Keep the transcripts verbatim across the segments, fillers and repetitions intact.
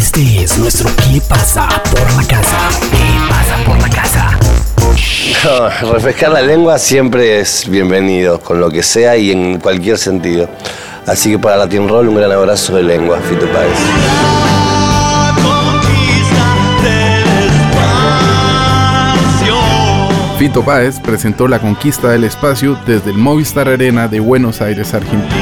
Este es nuestro ¿Qué pasa por la casa? ¿Qué pasa por la casa? No, refrescar la lengua siempre es bienvenido, con lo que sea y en cualquier sentido. Así que para Latin Roll, un gran abrazo de lengua, Fito Páez. Fito Páez presentó La Conquista del Espacio desde el Movistar Arena de Buenos Aires, Argentina.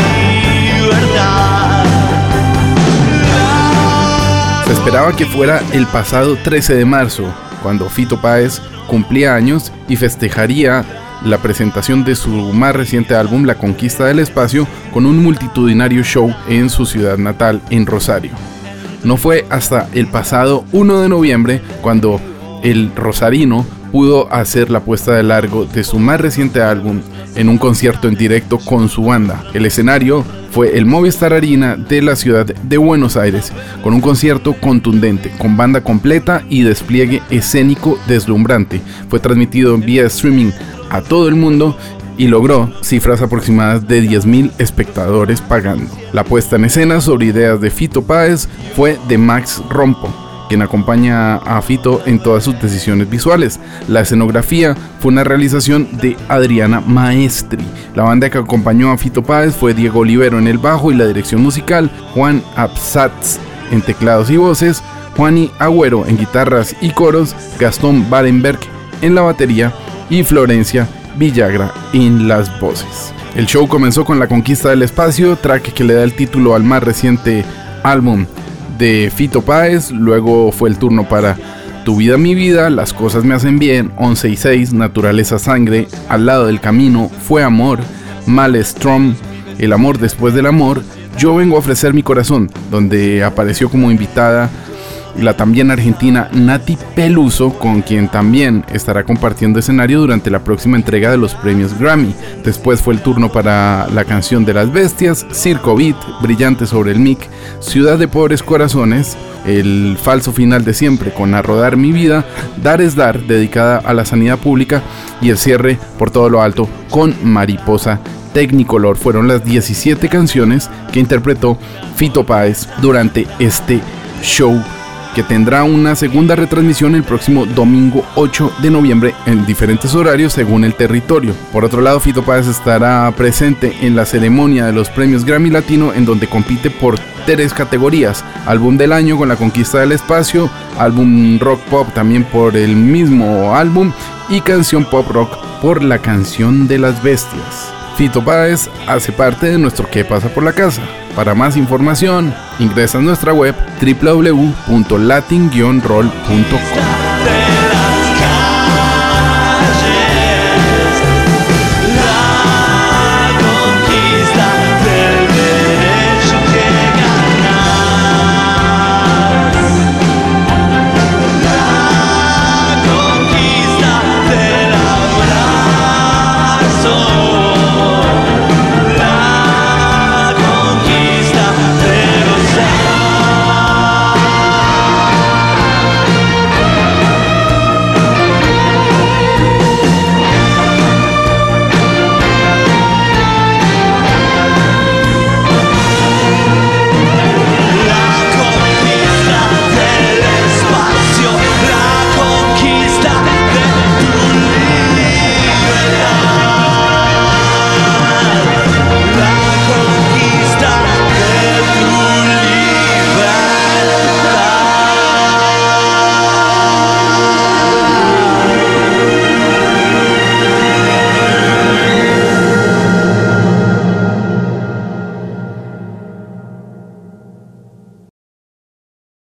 Se esperaba que fuera el pasado trece de marzo, cuando Fito Páez cumplía años y festejaría la presentación de su más reciente álbum, La Conquista del Espacio, con un multitudinario show en su ciudad natal, en Rosario. No fue hasta el pasado primero de noviembre cuando el rosarino pudo hacer la puesta de largo de su más reciente álbum en un concierto en directo con su banda. El escenario fue el Movistar Arena de la ciudad de Buenos Aires, con un concierto contundente, con banda completa y despliegue escénico deslumbrante. Fue transmitido en vía streaming a todo el mundo y logró cifras aproximadas de diez mil espectadores pagando. La puesta en escena sobre ideas de Fito Páez fue de Max Rompo, quien acompaña a Fito en todas sus decisiones visuales. La escenografía fue una realización de Adriana Maestri. La banda que acompañó a Fito Páez fue Diego Olivero en el bajo y la dirección musical, Juan Absatz en teclados y voces, Juani Agüero en guitarras y coros, Gastón Barenberg en la batería y Florencia Villagra en las voces. El show comenzó con La Conquista del Espacio, track que le da el título al más reciente álbum de Fito Páez. Luego fue el turno para Tu vida, mi vida, Las cosas me hacen bien, once y seis, Naturaleza sangre, Al lado del camino, Fue amor, Maelstrom, El amor después del amor, Yo vengo a ofrecer mi corazón, donde apareció como invitada la también argentina Nati Peluso, con quien también estará compartiendo escenario durante la próxima entrega de los premios Grammy. Después fue el turno para La canción de las bestias, Circo Beat, Brillante sobre el mic, Ciudad de pobres corazones, El falso final de siempre con A rodar mi vida, Dar es dar, dedicada a la sanidad pública, y el cierre por todo lo alto con Mariposa Tecnicolor. Fueron las diecisiete canciones que interpretó Fito Páez durante este show, que tendrá una segunda retransmisión el próximo domingo ocho de noviembre en diferentes horarios según el territorio. Por otro lado, Fito Páez estará presente en la ceremonia de los premios Grammy Latino, en donde compite por tres categorías: álbum del año con La Conquista del Espacio, álbum rock pop también por el mismo álbum y canción pop rock por La canción de las bestias. Fito Páez hace parte de nuestro ¿Qué pasa por la casa? Para más información, ingresa a nuestra web doble u doble u doble u punto latin guion roll punto com.